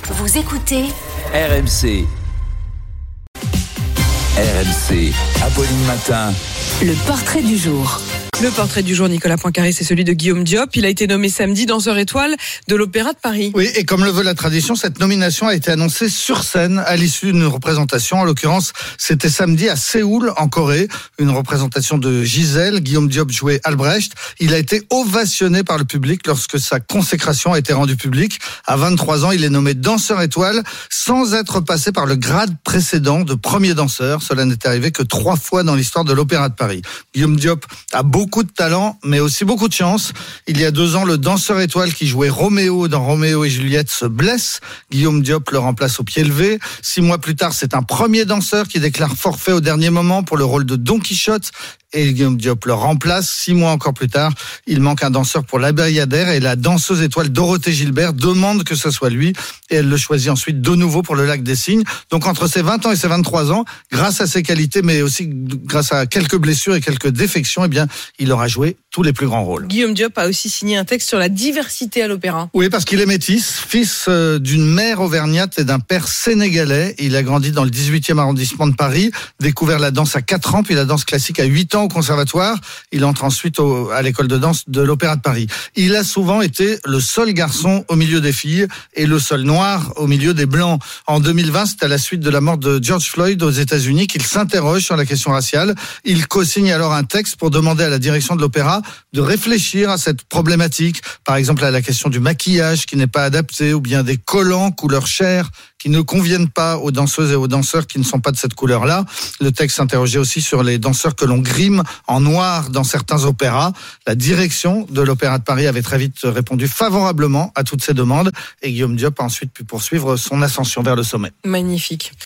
Vous écoutez RMC. RMC, Apolline Matin. le portrait du jour. Le portrait du jour, Nicolas Poincaré, c'est celui de Guillaume Diop. Il a été nommé samedi danseur étoile de l'Opéra de Paris. Oui, et comme le veut la tradition, cette nomination a été annoncée sur scène à l'issue d'une représentation. En l'occurrence, c'était samedi à Séoul, en Corée. Une représentation de Gisèle. Guillaume Diop jouait Albrecht. Il a été ovationné par le public lorsque sa consécration a été rendue publique. À 23 ans, il est nommé danseur étoile sans être passé par le grade précédent de premier danseur. Cela n'est arrivé que 3 fois dans l'histoire de l'Opéra de Paris. Guillaume Diop a beaucoup de talent, mais aussi beaucoup de chance. Il y a 2 ans, le danseur étoile qui jouait Roméo dans Roméo et Juliette se blesse. Guillaume Diop le remplace au pied levé. 6 mois plus tard, c'est un premier danseur qui déclare forfait au dernier moment pour le rôle de Don Quichotte. Et Guillaume Diop le remplace. 6 mois encore plus tard, il manque un danseur pour La Bayadère et la danseuse étoile Dorothée Gilbert demande que ce soit lui et elle le choisit ensuite de nouveau pour le Lac des Cygnes. Donc entre ses 20 ans et ses 23 ans, grâce à ses qualités mais aussi grâce à quelques blessures et quelques défections, eh bien, il aura joué tous les plus grands rôles. Guillaume Diop a aussi signé un texte sur la diversité à l'opéra. Oui, parce qu'il est métis, fils d'une mère auvergnate et d'un père sénégalais. Il a grandi dans le 18e arrondissement de Paris, découvert la danse à 4 ans, puis la danse classique à 8 ans au conservatoire. Il entre ensuite à l'école de danse de l'Opéra de Paris. Il a souvent été le seul garçon au milieu des filles et le seul noir au milieu des blancs. En 2020, c'est à la suite de la mort de George Floyd aux États-Unis qu'il s'interroge sur la question raciale. Il co-signe alors un texte pour demander à la direction de l'Opéra de réfléchir à cette problématique. Par exemple, à la question du maquillage qui n'est pas adapté ou bien des collants couleur chair qui ne conviennent pas aux danseuses et aux danseurs qui ne sont pas de cette couleur-là. Le texte s'interrogeait aussi sur les danseurs que l'on grime en noir dans certains opéras. La direction de l'Opéra de Paris avait très vite répondu favorablement à toutes ces demandes et Guillaume Diop a ensuite pu poursuivre son ascension vers le sommet. Magnifique.